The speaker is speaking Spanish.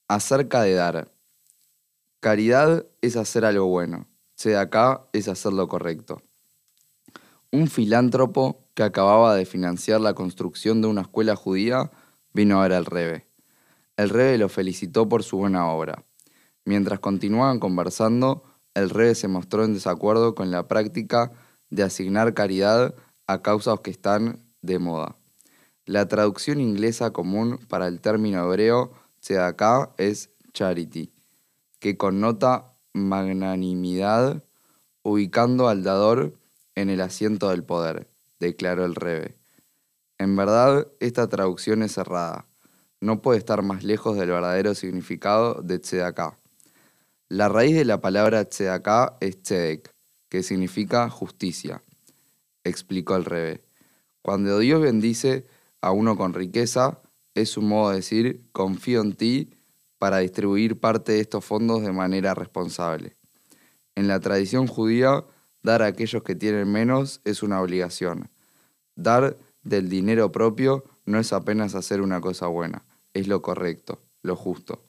Acerca de dar. Caridad es hacer algo bueno. Tzedaká es hacer lo correcto. Un filántropo que acababa de financiar la construcción de una escuela judía vino a ver al Rebbe. El Rebbe lo felicitó por su buena obra. Mientras continuaban conversando, el Rebbe se mostró en desacuerdo con la práctica de asignar caridad a causas que están de moda. La traducción inglesa común para el término hebreo tzedaká es charity, que connota magnanimidad, ubicando al dador en el asiento del poder, declaró el Rebbe. En verdad, esta traducción es errada. No puede estar más lejos del verdadero significado de tzedaká. La raíz de la palabra tzedaká es tzedek, que significa justicia, explicó el Rebbe. Cuando Dios bendice a uno con riqueza, es un modo de decir, confío en ti para distribuir parte de estos fondos de manera responsable. En la tradición judía, dar a aquellos que tienen menos es una obligación. Dar del dinero propio no es apenas hacer una cosa buena, es lo correcto, lo justo.